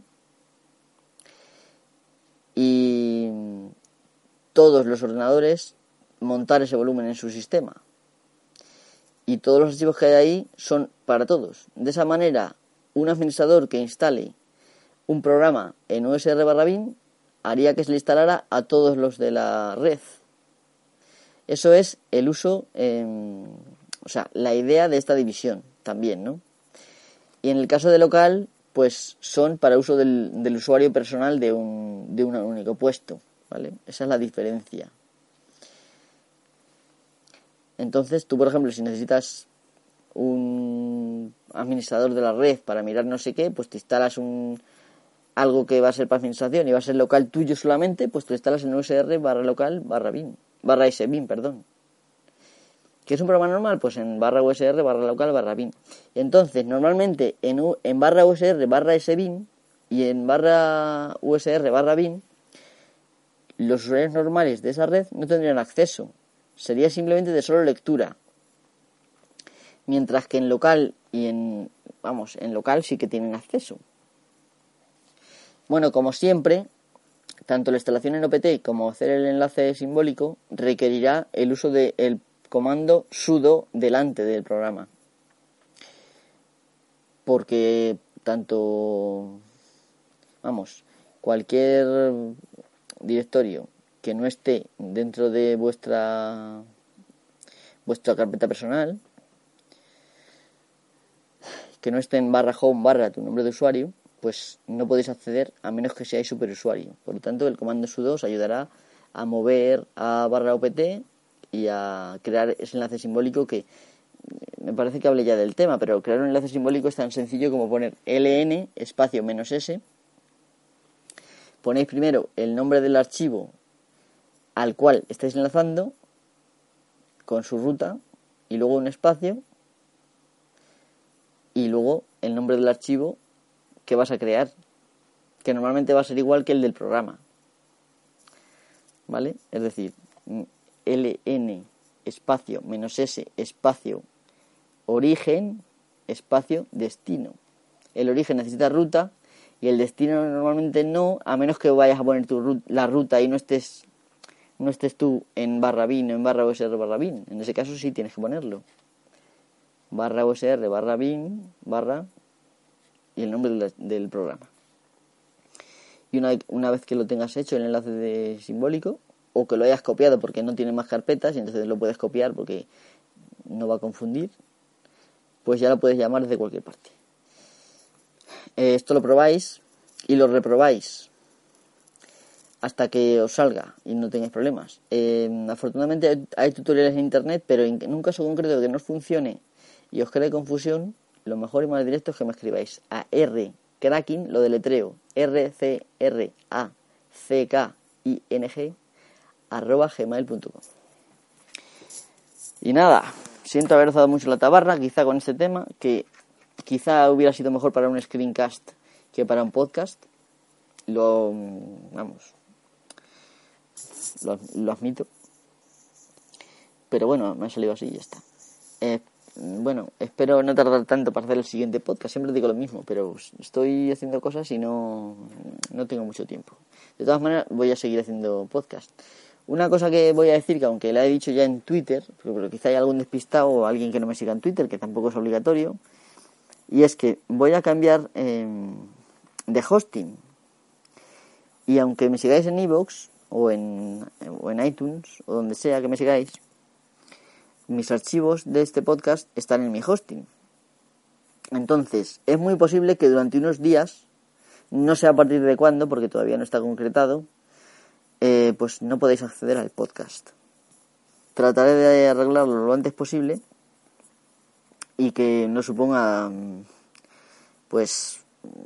A: y todos los ordenadores montar ese volumen en su sistema. Y todos los archivos que hay ahí son para todos. De esa manera, un administrador que instale un programa en USR/bin haría que se le instalara a todos los de la red. Eso es el uso, la idea de esta división también, ¿no? Y en el caso de local, pues son para uso del usuario personal de un único puesto, ¿vale? Esa es la diferencia. Entonces, tú, por ejemplo, si necesitas un administrador de la red para mirar no sé qué, pues te instalas algo que va a ser para administración y va a ser local tuyo solamente, pues te instalas en usr/local/bin, sbin. ¿Qué es un programa normal? Pues en /usr/local/bin. Entonces, normalmente en /usr/sbin y en /usr/bin, los usuarios normales de esa red no tendrían acceso. Sería simplemente de solo lectura. Mientras que en local y en local sí que tienen acceso. Bueno, como siempre, tanto la instalación en OPT como hacer el enlace simbólico requerirá el uso del comando sudo delante del programa. Porque cualquier directorio que no esté dentro de vuestra carpeta personal, que no esté en /home/ tu nombre de usuario, pues no podéis acceder a menos que seáis superusuario. Por lo tanto, el comando sudo os ayudará a mover a /opt y a crear ese enlace simbólico que me parece que hablé ya del tema, pero crear un enlace simbólico es tan sencillo como poner ln espacio -s. Ponéis primero el nombre del archivo al cual estáis enlazando con su ruta y luego un espacio y luego el nombre del archivo que vas a crear, que normalmente va a ser igual que el del programa, ¿vale? Es decir, ln espacio -s espacio origen espacio destino. El origen necesita ruta y el destino normalmente no, a menos que vayas a poner la ruta y no estés tú en /bin o en /usr/bin. En ese caso sí tienes que ponerlo. /usr/bin y el nombre del programa. Y una vez que lo tengas hecho, el enlace simbólico, o que lo hayas copiado porque no tiene más carpetas y entonces lo puedes copiar porque no va a confundir, pues ya lo puedes llamar desde cualquier parte. Esto lo probáis y lo reprobáis hasta que os salga y no tengáis problemas. Afortunadamente hay tutoriales en internet, pero en un caso concreto que no os funcione y os cree confusión, lo mejor y más directo es que me escribáis a rcracking, lo deletreo, rcracking, @gmail.com. Y nada, siento haber dado mucho la tabarra, quizá con este tema, que quizá hubiera sido mejor para un screencast que para un podcast. Lo admito. Pero bueno, me ha salido así y ya está. Bueno, espero no tardar tanto para hacer el siguiente podcast. Siempre digo lo mismo, pero estoy haciendo cosas y no tengo mucho tiempo. De todas maneras, voy a seguir haciendo podcast. Una cosa que voy a decir, que aunque la he dicho ya en Twitter, pero quizá hay algún despistado o alguien que no me siga en Twitter, que tampoco es obligatorio, y es que voy a cambiar de hosting. Y aunque me sigáis en iVoox o en iTunes o donde sea que me sigáis, mis archivos de este podcast están en mi hosting. Entonces, es muy posible que durante unos días, no sé a partir de cuándo, porque todavía no está concretado, pues no podéis acceder al podcast. Trataré de arreglarlo lo antes posible y que no suponga pues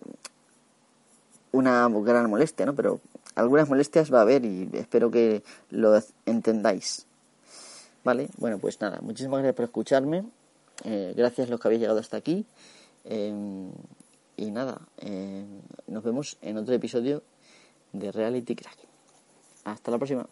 A: una gran molestia, ¿no? Pero algunas molestias va a haber y espero que lo entendáis. Vale, bueno, pues nada, muchísimas gracias por escucharme, gracias a los que habéis llegado hasta aquí, y nada, nos vemos en otro episodio de Reality Cracking. Hasta la próxima.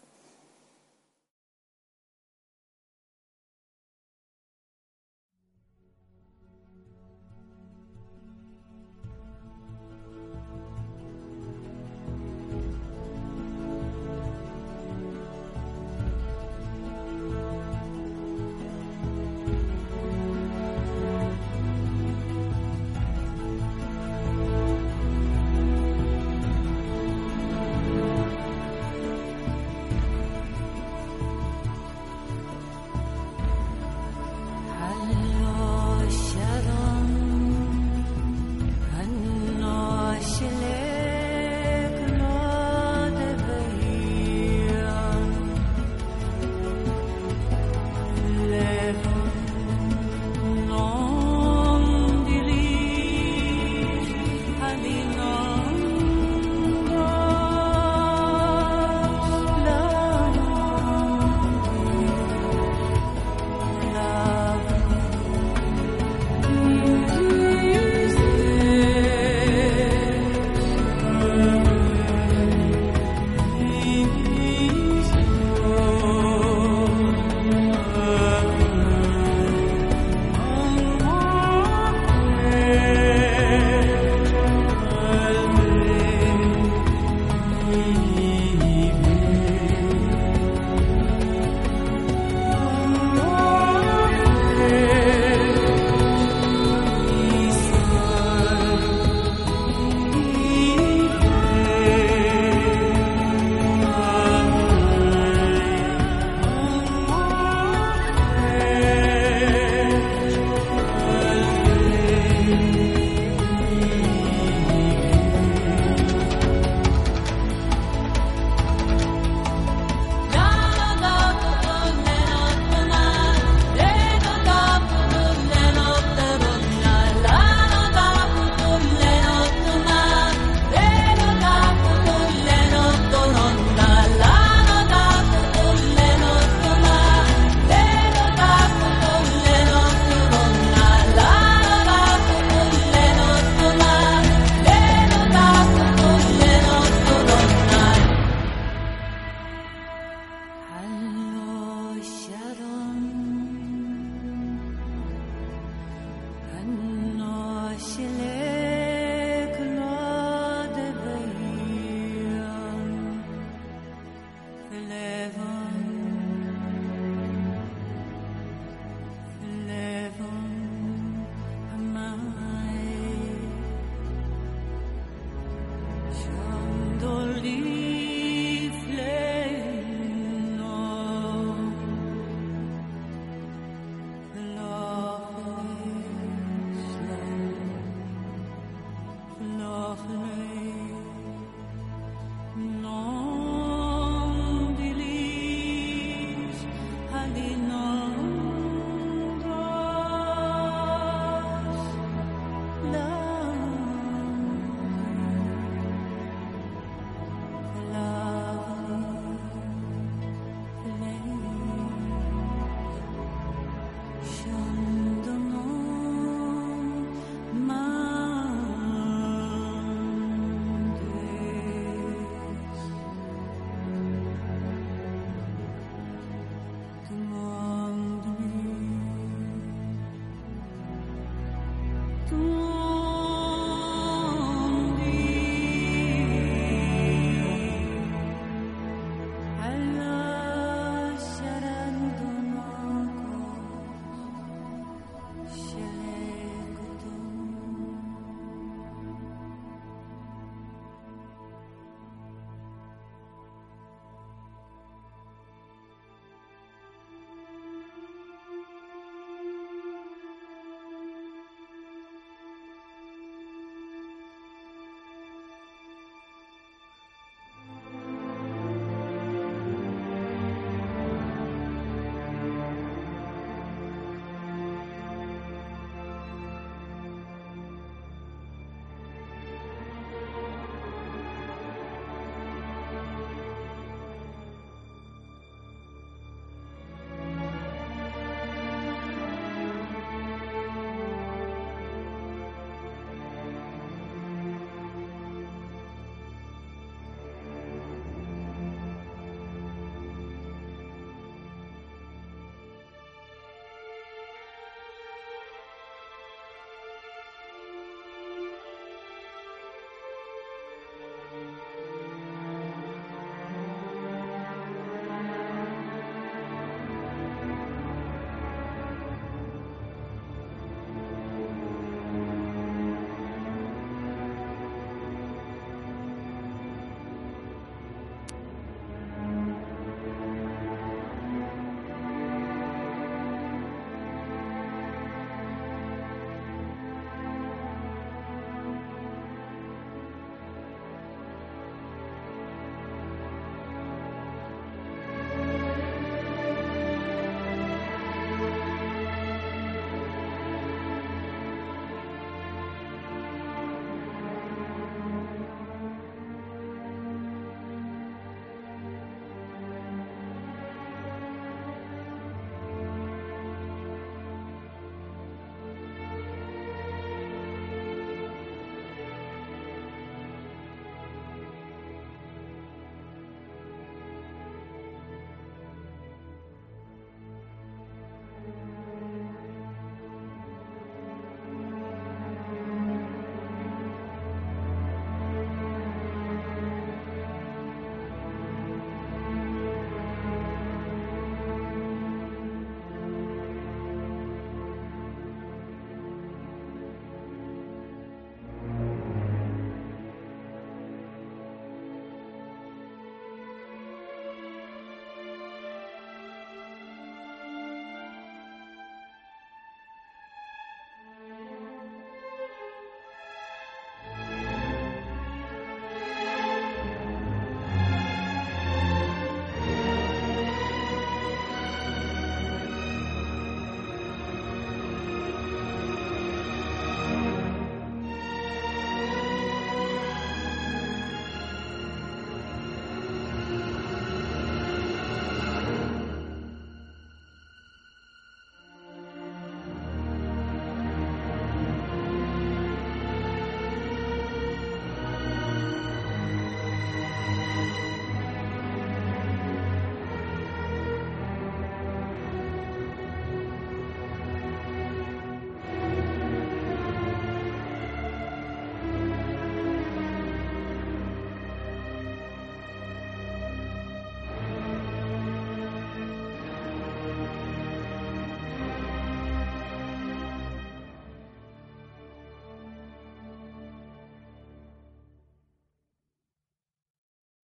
B: tú